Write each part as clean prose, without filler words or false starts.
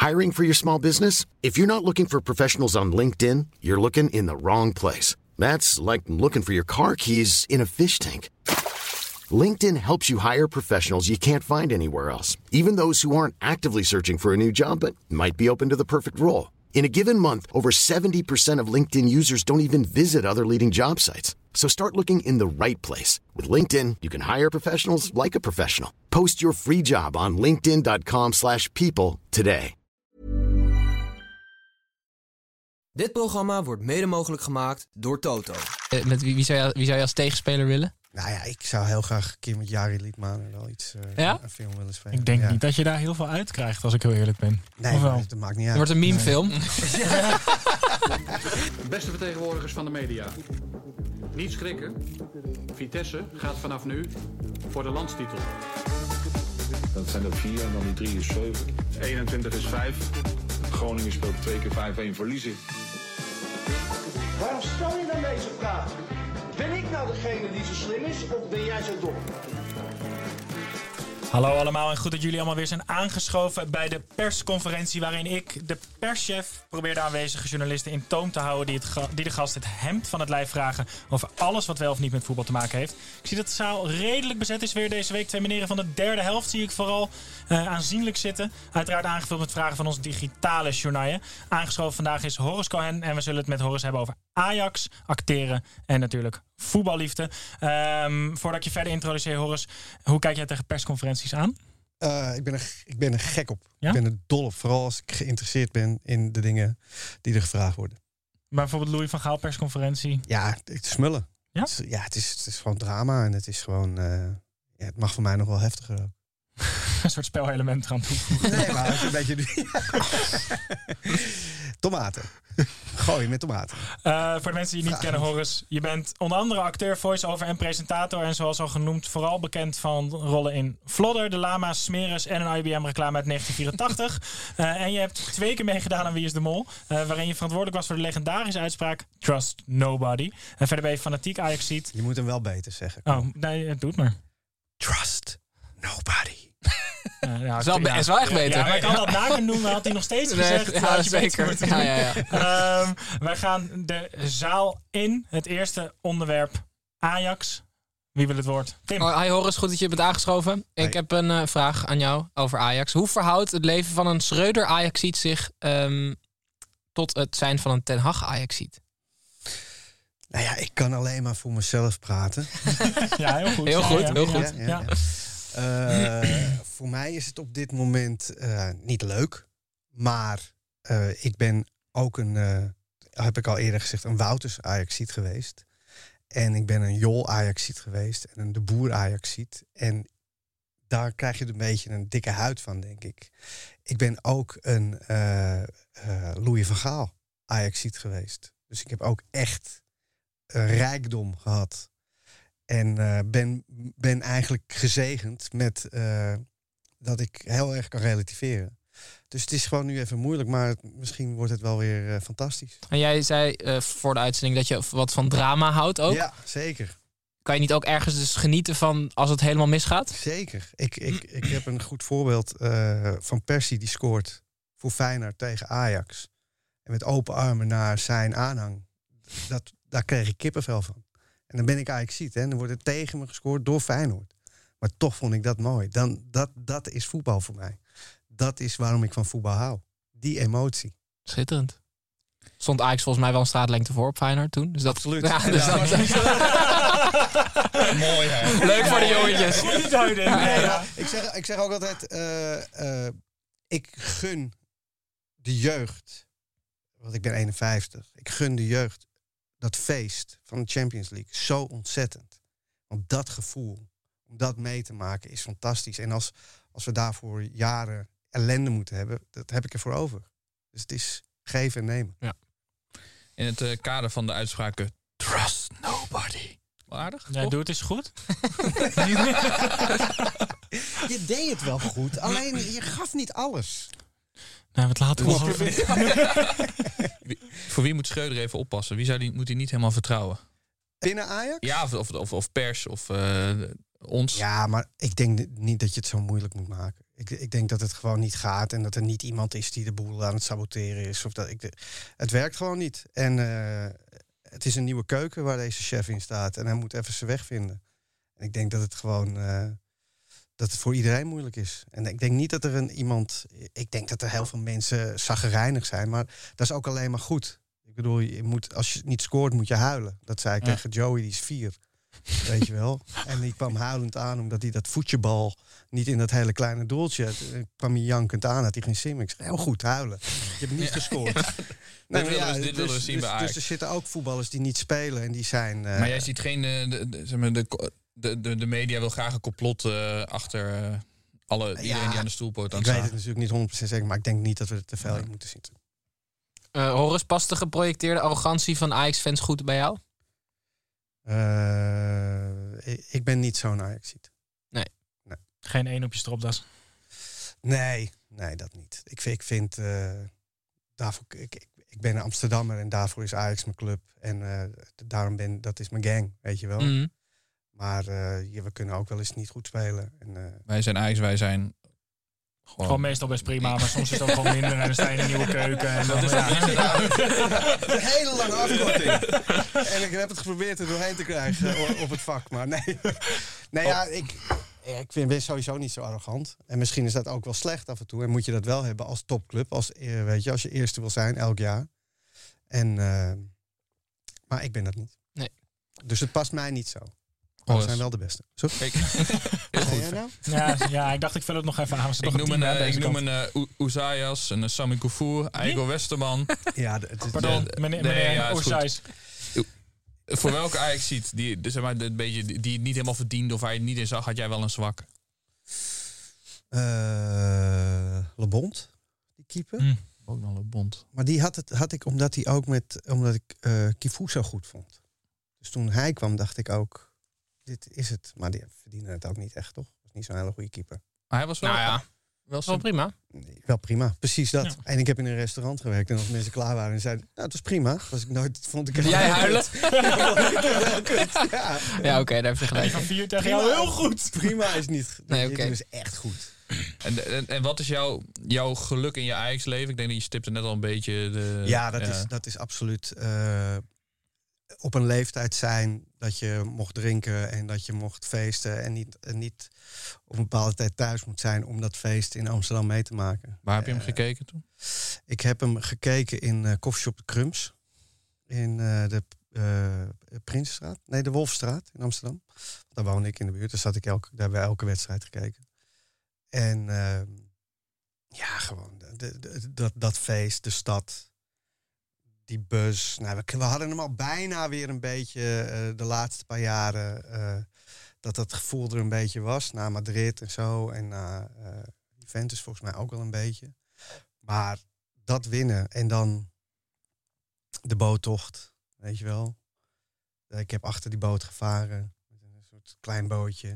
Hiring for your small business? If you're not looking for professionals on LinkedIn, you're looking in the wrong place. That's like looking for your car keys in a fish tank. LinkedIn helps you hire professionals you can't find anywhere else, even those who aren't actively searching for a new job but might be open to the perfect role. In a given month, over 70% of LinkedIn users don't even visit other leading job sites. So start looking in the right place. With LinkedIn, you can hire professionals like a professional. Post your free job on linkedin.com/people today. Dit programma wordt mede mogelijk gemaakt door Toto. Met wie zou je als tegenspeler willen? Nou ja, ik zou heel graag een keer met Jari Liedmanen wel iets een film willen spelen. Ik denk niet dat je daar heel veel uit krijgt, als ik heel eerlijk ben. Nee, dat maakt niet uit. Het wordt een memefilm. Beste vertegenwoordigers van de media. Niet schrikken. Vitesse gaat vanaf nu voor de landstitel. Dat zijn er 4 en dan die 3 is 7. 21 is 5. Groningen speelt 2 keer 5-1 verliezen. Waarom stel je dan deze vraag? Ben ik nou degene die zo slim is of ben jij zo dom? Hallo allemaal en goed dat jullie allemaal weer zijn aangeschoven bij de persconferentie waarin ik, de perschef, probeer de aanwezige journalisten in toom te houden die de gast het hemd van het lijf vragen over alles wat wel of niet met voetbal te maken heeft. Ik zie dat de zaal redelijk bezet is weer deze week. 2 meneren van de derde helft zie ik vooral aanzienlijk zitten. Uiteraard aangevuld met vragen van ons digitale journaille. Aangeschoven vandaag is Horus Cohen en we zullen het met Horus hebben over Ajax, acteren en natuurlijk voetballiefde. Voordat ik je verder introduceer, Horus, hoe kijk jij tegen persconferenties aan? Ik ben er gek op. Ja? Ik ben er dol op. Vooral als ik geïnteresseerd ben in de dingen die er gevraagd worden. Maar bijvoorbeeld Louis van Gaal persconferentie? Ja, het smullen. Ja? Het is gewoon drama en het is gewoon... het mag voor mij nog wel heftiger ook. Een soort spelelement gaan toevoegen. Nee, maar het is een beetje... Tomaten. Gooi met tomaten. Voor de mensen die je niet kennen, Horus. Je bent onder andere acteur, voice-over en presentator. En zoals al genoemd, vooral bekend van rollen in Vlodder, De Lama, Smeris en een IBM-reclame uit 1984. En je hebt 2 keer meegedaan aan Wie is de Mol. Waarin je verantwoordelijk was voor de legendarische uitspraak Trust Nobody. En verder ben je fanatiek Ajaxiet. Je moet hem wel beter zeggen. Oh, nee, doe het maar. Trust Nobody. Is wel echt beter. Ja, maar ik had dat na kunnen doen, maar had hij nog steeds gezegd. Ja, zeker. Ja. Wij gaan de zaal in. Het eerste onderwerp Ajax. Wie wil het woord? Tim. Hi Horus, goed dat je bent aangeschoven. Hi. Ik heb een vraag aan jou over Ajax. Hoe verhoudt het leven van een Schreuder Ajaxiet zich tot het zijn van een Ten Hag Ajaxiet? Nou ja, ik kan alleen maar voor mezelf praten. Ja, heel goed. Heel goed, heel goed. Ja. Voor mij is het op dit moment niet leuk. Maar ik ben ook heb ik al eerder gezegd, een Wouters Ajaxiet geweest. En ik ben een Jol Ajaxiet geweest. En een De Boer Ajaxiet. En daar krijg je een beetje een dikke huid van, denk ik. Ik ben ook een Louis van Gaal Ajaxiet geweest. Dus ik heb ook echt een rijkdom gehad. En ben eigenlijk gezegend met dat ik heel erg kan relativeren. Dus het is gewoon nu even moeilijk, maar misschien wordt het wel weer fantastisch. En jij zei voor de uitzending dat je wat van drama houdt ook. Ja, zeker. Kan je niet ook ergens dus genieten van als het helemaal misgaat? Zeker. Ik heb een goed voorbeeld van Persie die scoort voor Feyenoord tegen Ajax. En met open armen naar zijn aanhang. Daar kreeg ik kippenvel van. En dan ben ik Ajaxiet. En dan wordt er tegen me gescoord door Feyenoord. Maar toch vond ik dat mooi. Dat is voetbal voor mij. Dat is waarom ik van voetbal hou. Die emotie. Schitterend. Stond Ajax volgens mij wel een straatlengte voor op Feyenoord toen. Dus dat, absoluut. Ja, dus ja, mooi hè. Leuk voor de jongetjes. Goeie duiding. Ja. Ik zeg ook altijd... ik gun de jeugd... Want ik ben 51. Ik gun de jeugd dat feest van de Champions League zo ontzettend. Want dat gevoel, om dat mee te maken, is fantastisch. En als we daarvoor jaren ellende moeten hebben, dat heb ik ervoor over. Dus het is geven en nemen. Ja. In het kader van de uitspraken Trust Nobody. Wel aardig? Ja, doe het eens goed. Je deed het wel goed, alleen je gaf niet alles. Nou, wat laten we Voor wie moet Schreuder even oppassen? Moet hij niet helemaal vertrouwen? Binnen Ajax? Ja, of pers of ons. Ja, maar ik denk niet dat je het zo moeilijk moet maken. Ik denk dat het gewoon niet gaat en dat er niet iemand is die de boel aan het saboteren is. Het werkt gewoon niet. En het is een nieuwe keuken waar deze chef in staat. En hij moet even zijn weg vinden. En ik denk dat het gewoon... dat het voor iedereen moeilijk is. En ik denk niet dat er ik denk dat er heel veel mensen chagrijnig zijn. Maar dat is ook alleen maar goed. Ik bedoel, als je niet scoort, moet je huilen. Dat zei ik tegen Joey, die is 4. Weet je wel. En die kwam huilend aan omdat hij dat voetjebal niet in dat hele kleine doeltje. Kwam hij jankend aan, had hij geen zin meer. Ik zeg, heel goed, huilen. Je hebt niet gescoord. Dit willen we zien bij Ajax. Dus er zitten ook voetballers die niet spelen en die zijn... maar jij ziet geen... De media wil graag een complot achter iedereen die aan de stoelpoort aan staat. Ik weet het natuurlijk niet 100% zeker, maar ik denk niet dat we er te veel in moeten zitten. Horus, past de geprojecteerde arrogantie van Ajax-fans goed bij jou? Ik ben niet zo'n Ajaxiet. Nee. Geen 1 op je stropdas? Nee, dat niet. Ik vind... daarvoor, ik ben een Amsterdammer en daarvoor is Ajax mijn club. En daarom dat is mijn gang, weet je wel. Mm. Maar we kunnen ook wel eens niet goed spelen. En, wij zijn Ajax, wij zijn... Gewoon meestal best prima, maar soms is het ook gewoon minder en dan sta je in een nieuwe keuken. En dan, een hele lange afkorting. En ik heb het geprobeerd er doorheen te krijgen op het vak, maar nee. Ik ben sowieso niet zo arrogant. En misschien is dat ook wel slecht af en toe. En moet je dat wel hebben als topclub, als je eerste wil zijn elk jaar. Maar ik ben dat niet. Nee. Dus het past mij niet zo. Maar we zijn wel de beste. Zo? Kijk, heel goed. Nou? Ja, ik dacht ik vul het nog even aan. Ik noem een Oezayas, een Sami Koufour, Igor Westerman. Pardon, meneer Oezayas. Voor welke Ajax ziet die het niet helemaal verdiende of waar je het niet in zag, had jij wel een zwak? Le Bond, die keeper. Ook nog Le Bond. Maar die had ik omdat ik Kifou zo goed vond. Dus toen hij kwam, dacht ik ook, dit is het. Maar die verdiende het ook niet echt, toch? Was niet zo'n hele goede keeper. Maar hij was wel... Wel prima. Nee, wel prima, precies dat. Ja. En ik heb in een restaurant gewerkt en als mensen klaar waren en zeiden, nou, het was prima. Vond ik jij huilen? Ja, oké, daar heb je gelijk. Van 4 tegen jou heel goed. Prima is niet. Nee, oké. Dit is echt goed. En wat is jouw geluk in je Ajax-leven? Ik denk dat je stipte net al een beetje... Dat is absoluut... op een leeftijd zijn dat je mocht drinken en dat je mocht feesten en niet op een bepaalde tijd thuis moet zijn om dat feest in Amsterdam mee te maken. Waar heb je hem gekeken toen? Ik heb hem gekeken in Coffeeshop de Krums in de Prinsenstraat, nee, de Wolfstraat in Amsterdam. Daar woonde ik in de buurt, daar daar hebben we elke wedstrijd gekeken. En gewoon dat feest, de stad. Die buzz. Nou, we hadden hem al bijna weer een beetje de laatste paar jaren. Dat gevoel er een beetje was. Na Madrid en zo. En na Juventus volgens mij ook wel een beetje. Maar dat winnen. En dan de boottocht. Weet je wel. Ik heb achter die boot gevaren. Met een soort klein bootje.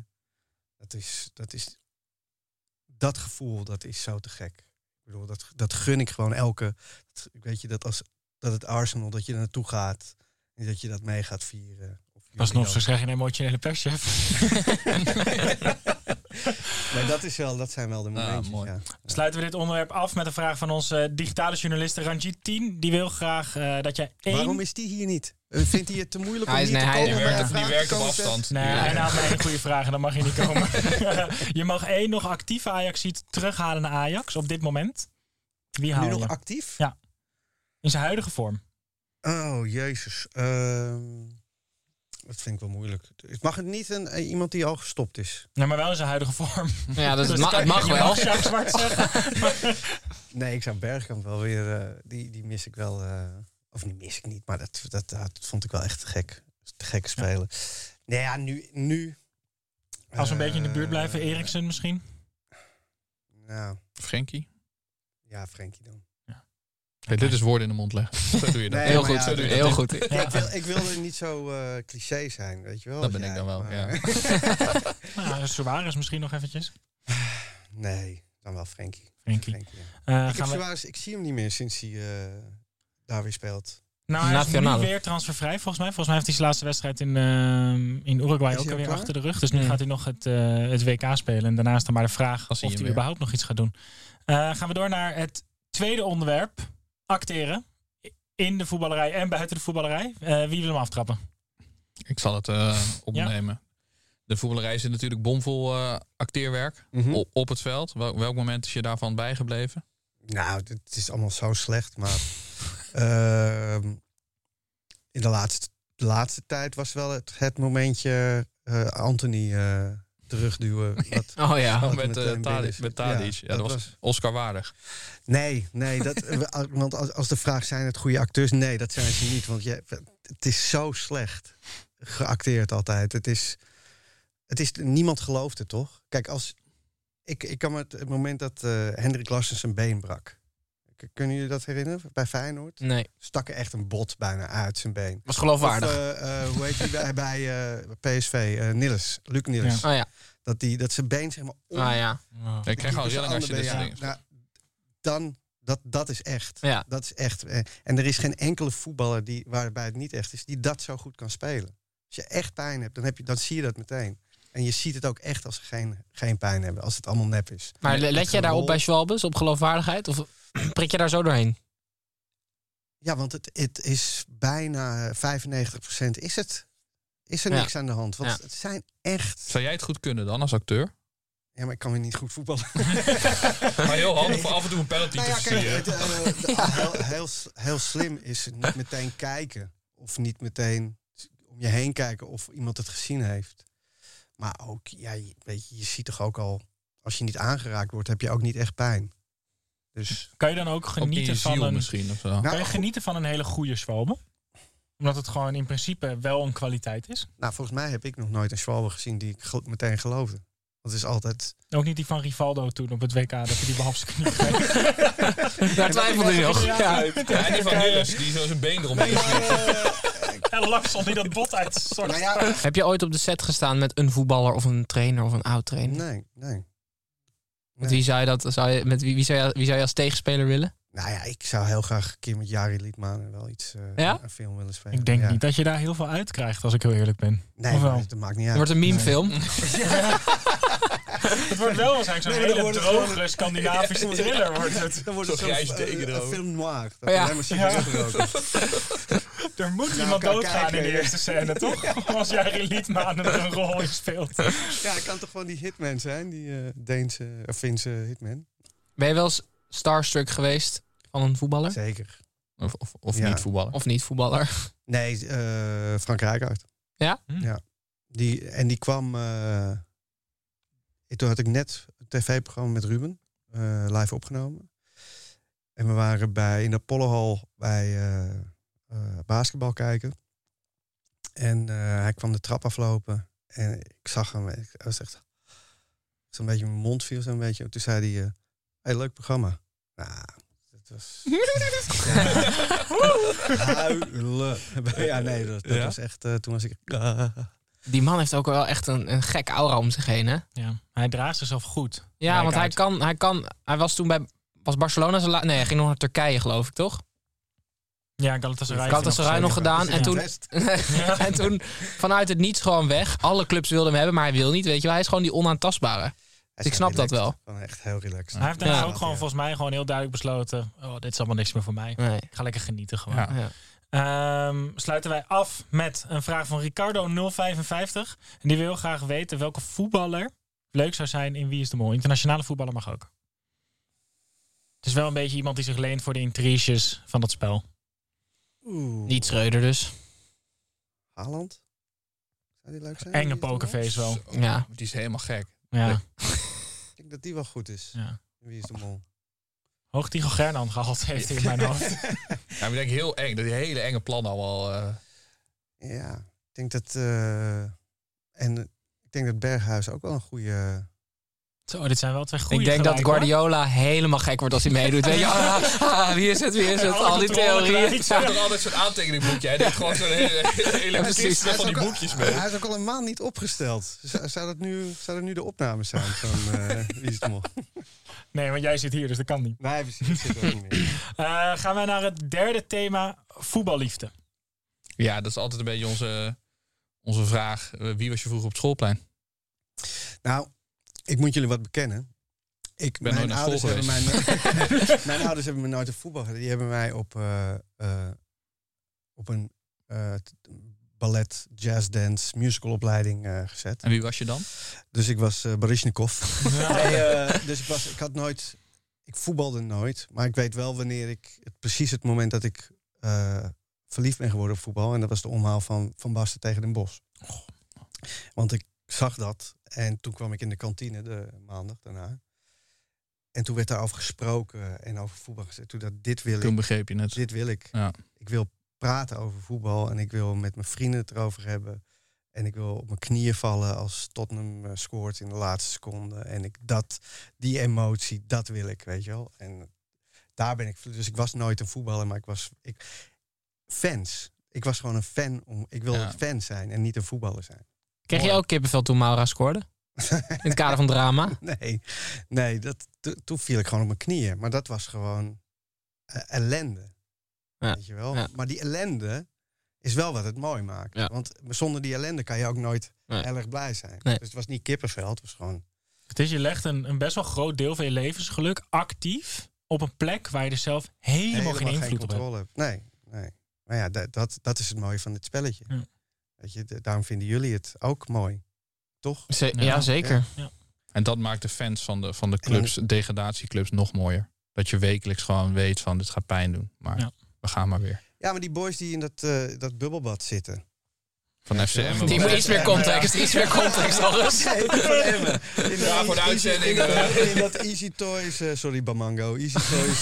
Dat gevoel, dat is zo te gek. Ik bedoel, dat gun ik gewoon elke... Weet je, dat het Arsenal, dat je er naartoe gaat en dat je dat mee gaat vieren. Alsnog, zo krijg je een emotionele perschef. Nee, dat zijn wel de momentjes. Mooi. Ja. Sluiten we dit onderwerp af met een vraag van onze digitale journalist Ranjit 10. Die wil graag dat jij Waarom is die hier niet? Vindt hij het te moeilijk om hier te komen? Die werkt op afstand. Nee, hij haalt mij een goede vraag en dan mag je niet komen. Je mag 1 nog actieve Ajaxiet terughalen naar Ajax op dit moment. Wie haal je? Nu nog actief? Ja. In zijn huidige vorm. Oh, jezus. Dat vind ik wel moeilijk. Het mag het niet iemand die al gestopt is. Nee, maar wel in zijn huidige vorm. Ja, dus het mag wel. Jacques Zwart zeggen. Nee, ik zou Bergkamp wel weer... Die mis ik wel... of die mis ik niet, maar dat vond ik wel echt te gek. Te gekke spelen. Nee, ja, nu... Als we een beetje in de buurt blijven, Eriksen misschien? Nou... Frenkie? Ja, Frenkie dan. Hey, dit is woorden in de mond leggen. Zo doe je dat. Nee, heel goed. Ja, heel goed. Ja, ik wilde niet zo cliché zijn, weet je wel. Dat ben ik dan wel, ja. Nou, Suarez misschien nog eventjes. Nee, dan wel Frenkie. Frenkie. Ja. Ik zie hem niet meer sinds hij daar weer speelt. Nou, hij is Nationale. nu weer transfervrij, volgens mij. Volgens mij heeft hij zijn laatste wedstrijd in Uruguay Is ook hij alweer klaar? achter de rug. Dus nu gaat hij nog het WK spelen. En daarna is er maar de vraag of hij überhaupt nog iets gaat doen. Gaan we door naar het tweede onderwerp. Acteren. In de voetballerij en buiten de voetballerij. Wie wil hem aftrappen? Ik zal het opnemen. De voetballerij zit natuurlijk bomvol acteerwerk op het veld. Welk moment is je daarvan bijgebleven? Nou, het is allemaal zo slecht, maar in de laatste tijd was wel het momentje Anthony terugduwen. Oh ja. wat Met meteen binnen is. Tadic. Ja, dat was Oscar waardig. Nee, want als de vraag zijn het goede acteurs, nee, dat zijn ze niet. Want het is zo slecht geacteerd altijd. Het is niemand gelooft het, toch? Kijk, ik kan me het moment dat Hendrik Larsson zijn been brak. Kunnen jullie dat herinneren? Bij Feyenoord? Nee. Stak er echt een bot bijna uit zijn been. Was geloofwaardig. Of, hoe heet hij bij PSV? Luc Niels. Ja. Oh ja. Dat zijn been zeg maar om... Ah ja. Ik krijg al rilling als je dit soort dingen... Dan, dat is echt. Ja. Dat is echt. En er is geen enkele voetballer waarbij het niet echt is, die dat zo goed kan spelen. Als je echt pijn hebt, dan zie je dat meteen. En je ziet het ook echt als ze geen pijn hebben, als het allemaal nep is. Maar let jij daarop bij Schwalbes, op geloofwaardigheid? Of prik je daar zo doorheen? Ja, want het is bijna 95% is er niks aan de hand. Want het zijn echt... Zou jij het goed kunnen dan als acteur? Ja, maar ik kan weer niet goed voetballen. Maar heel handig voor af en toe een penalty te zie. Heel slim is niet meteen kijken. Of niet meteen om je heen kijken of iemand het gezien heeft. Maar ook, weet je ziet toch ook al... Als je niet aangeraakt wordt, heb je ook niet echt pijn. Dus kan je dan ook genieten van een... misschien of zo? Kan je genieten van een hele goede Schwalbe? Omdat het gewoon in principe wel een kwaliteit is? Nou, volgens mij heb ik nog nooit een Schwalbe gezien die ik meteen geloofde. Want het is altijd... Ook niet die van Rivaldo toen op het WK, dat hij die behalfsknie kreeg. Daar twijfelde je nog. Ja, en die van Niels, die zo zijn been eromheen En Larsson die dat bot uitstort. Heb je ooit op de set gestaan met een voetballer of een trainer of een oud-trainer? Nee. Met wie zou je wie zou je als tegenspeler willen? Nou ja, ik zou heel graag een keer met Jari Liedmanen wel iets een film willen spelen. Ik denk niet dat je daar heel veel uit krijgt, als ik heel eerlijk ben. Nee, dat maakt niet uit. Het wordt een memefilm. Het wordt wel waarschijnlijk zo'n hele droge Scandinavische thriller. Wordt het. Dan wordt het zo'n film noir. Dat ja. alleen maar sigaretten roken. Er moet iemand doodgaan in de eerste scène, toch? Als Jari Liedmanen er een rol in speelt. Ja, het kan toch gewoon die hitman zijn, die Deense of Finse hitman. Ben je wel eens starstruck geweest van een voetballer? Zeker. Of niet voetballer? Of niet voetballer? Nee, Frank Rijkaard. Ja? Ja. Die kwam... toen had ik net een tv-programma met Ruben live opgenomen. En we waren in de Apollohal bij basketbal kijken. En hij kwam de trap aflopen. En ik zag hem. Ik was echt... Zo'n beetje mijn mond viel zo'n beetje. Toen zei hij... hey, leuk programma. Nou, dat was... Huilen. Ja, nee, dat was echt... toen was ik... Die man heeft ook wel echt een gek aura om zich heen, hè? Ja, hij draagt zichzelf goed. Ja, want hij was toen bij... Was Barcelona nee, hij ging nog naar Turkije, geloof ik, toch? Ja, Galatasaray nog gedaan. En toen, en toen vanuit het niets gewoon weg. Alle clubs wilden hem hebben, maar hij wil niet. Weet je wel, hij is gewoon die onaantastbare. Dus ik snap dat wel. Gewoon echt heel relaxed. Hij heeft daarna ook gewoon volgens mij gewoon heel duidelijk besloten... Oh, dit is allemaal niks meer voor mij. Nee. Ik ga lekker genieten gewoon. Ja. Sluiten wij af met een vraag van Ricardo055. En die wil heel graag weten welke voetballer leuk zou zijn in Wie is de Mol. Internationale voetballer mag ook. Het is wel een beetje iemand die zich leent voor de intriges van dat spel. Niet Schreuder dus. Haaland? Zou die leuk zijn? Enge pokerface wel. Ja. Die is helemaal gek. Ja. Ik denk dat die wel goed is. Ja. Wie is de Mol? Hoog Tycho Gernand gehaald heeft in mijn hoofd. Ja, ik denk heel eng. Dat die hele enge plannen allemaal... Ja, ik denk dat... ik denk dat Berghuis ook wel een goede... Zo, dit zijn wel twee goede. Ik denk dat Guardiola helemaal gek wordt als hij meedoet. Weet je, wie is het? Al die theorieën. Ik zag toch altijd zo'n aantekeningboekje. Hij deed gewoon zo'n hele kist van die boekjes mee. Hij is ook al een maand niet opgesteld. Zou dat nu de opnames zijn van Wie is de Mol? Nee, want jij zit hier, dus dat kan niet. Nee, precies. Zit ook niet meer. Gaan we naar het derde thema voetballiefde? Ja, dat is altijd een beetje onze vraag. Wie was je vroeger op het schoolplein? Nou, ik moet jullie wat bekennen. Mijn ouders hebben me nooit op voetbal gedaan. Die hebben mij op een ballet, jazz, dance, musicalopleiding gezet. En wie was je dan? Dus ik was Baryshnikov. Dus ik voetbalde nooit. Maar ik weet wel wanneer precies het moment dat ik verliefd ben geworden op voetbal. En dat was de omhaal van Basten tegen Den Bosch. Want ik zag dat. En toen kwam ik in de kantine de maandag daarna. En toen werd daarover gesproken en over voetbal gezegd. Toen begreep je het. Dit wil ik. Ja. Ik wil praten over voetbal en ik wil met mijn vrienden het erover hebben. En ik wil op mijn knieën vallen als Tottenham scoort in de laatste seconde. En die emotie, dat wil ik, weet je wel. En daar ben ik. Dus ik was nooit een voetballer, maar fans. Ik was gewoon een fan. Ik wilde fan zijn en niet een voetballer zijn. Kreeg je ook kippenvel toen Maura scoorde? In het kader van drama? Nee, toen viel ik gewoon op mijn knieën. Maar dat was gewoon ellende. Ja. Weet je wel? Ja. Maar die ellende is wel wat het mooi maakt. Ja. Want zonder die ellende kan je ook nooit heel erg blij zijn. Nee. Dus het was niet kippenvel, het was gewoon... Je legt een best wel groot deel van je levensgeluk actief op een plek waar je er zelf helemaal geen invloed op hebt. Nee. Maar ja, dat is het mooie van dit spelletje. Ja. Weet je, daarom vinden jullie het ook mooi. Toch? Ja, zeker. Ja. En dat maakt de fans van de clubs, degradatieclubs, nog mooier. Dat je wekelijks gewoon weet van dit gaat pijn doen. Maar we gaan maar weer. Ja, maar die boys die in dat bubbelbad zitten. Van FCM. Die moet iets meer context. Alles. Ja, voor de uitzending. In dat Easy Toys, sorry Bamango, Easy Toys.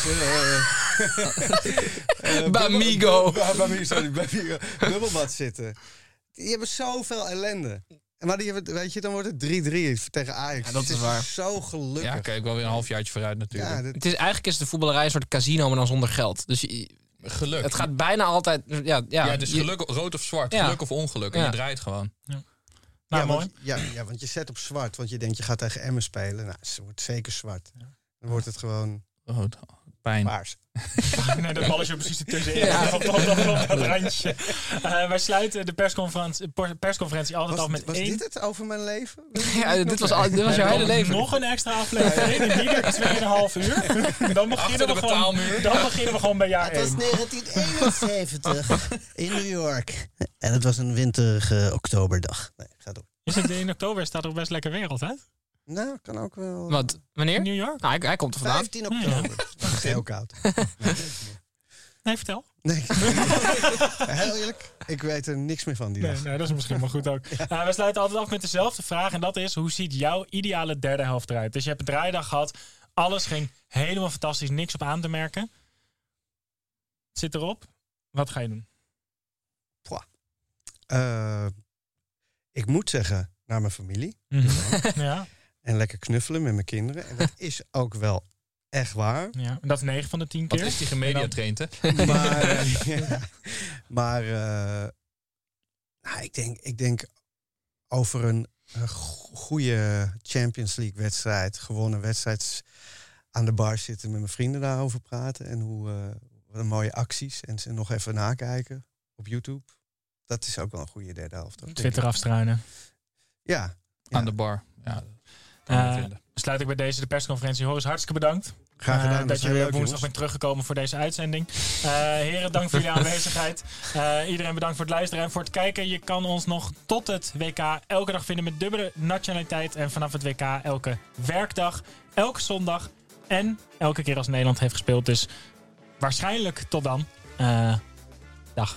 Bamigo. Bamigo. Bubbelbad zitten. Die hebben zoveel ellende. Maar die hebben, weet je, dan wordt het 3-3 tegen Ajax. Ja, dat is waar. Zo gelukkig. Ja, kijk, wel weer een halfjaartje vooruit natuurlijk. Ja, eigenlijk is de voetballerij een soort casino, maar dan zonder geld. Dus geluk. Het gaat bijna altijd... Ja, het is geluk, rood of zwart. Geluk of ongeluk. En je draait gewoon. Ja. Nou, mooi. Want je zet op zwart. Want je denkt, je gaat tegen Emmen spelen. Nou, het wordt zeker zwart. Dan wordt het gewoon... Rood. Pijn. Paars. Nee, dat bal is er precies ertussenin. Op dat randje. Wij sluiten de persconferentie altijd af met was dit het over mijn leven? Ja, dit was jouw hele leven. Nog een extra aflevering. In ieder 2,5 uur. Dan beginnen we gewoon bij jaar 1. Het was 1971 in New York. En het was een winterige oktoberdag. Nee, ga door. Is het in oktober? Staat er best lekker weer altijd? Nou, kan ook wel. Wat? Wanneer? New York? Nou, hij komt er vandaan. 15 oktober. Dat is heel koud. Nee, vertel. Nee. Heel eerlijk, ik weet er niks meer van die dag. Nee, dat is misschien wel goed ook. We sluiten altijd af met dezelfde vraag. En dat is, hoe ziet jouw ideale derde helft eruit? Dus je hebt een draaidag gehad. Alles ging helemaal fantastisch. Niks op aan te merken. Het zit erop. Wat ga je doen? Ik moet zeggen, naar mijn familie. Ja. En lekker knuffelen met mijn kinderen. En dat is ook wel echt waar. Ja, dat is 9 van de 10 keer. Wat is die gemediatraind, hè? Ik denk over een goede Champions League wedstrijd, gewonnen wedstrijd, aan de bar zitten met mijn vrienden daarover praten. En wat een mooie acties. En ze nog even nakijken op YouTube. Dat is ook wel een goede derde helft. Twitter afstruinen. Ja. Aan de bar. Ja. Sluit ik bij deze de persconferentie. Horus, hartstikke bedankt. Graag gedaan. Dat je weer woensdag bent teruggekomen voor deze uitzending. Heren, dank voor jullie aanwezigheid. Iedereen bedankt voor het luisteren en voor het kijken. Je kan ons nog tot het WK elke dag vinden met dubbele nationaliteit. En vanaf het WK elke werkdag, elke zondag en elke keer als Nederland heeft gespeeld. Dus waarschijnlijk tot dan. Dag.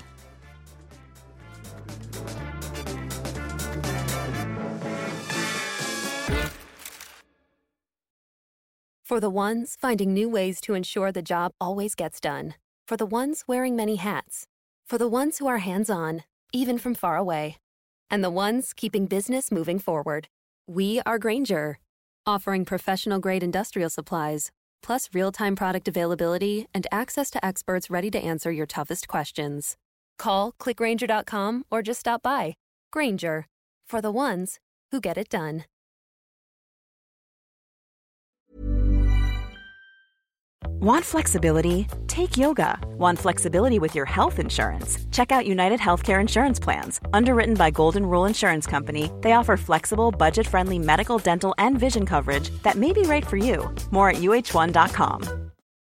For the ones finding new ways to ensure the job always gets done. For the ones wearing many hats. For the ones who are hands-on, even from far away. And the ones keeping business moving forward. We are Grainger, offering professional-grade industrial supplies, plus real-time product availability and access to experts ready to answer your toughest questions. Call, clickgrainger.com, or just stop by. Grainger, for the ones who get it done. Want flexibility? Take yoga. Want flexibility with your health insurance? Check out United Healthcare Insurance Plans. Underwritten by Golden Rule Insurance Company, they offer flexible, budget-friendly medical, dental, and vision coverage that may be right for you. More at UH1.com.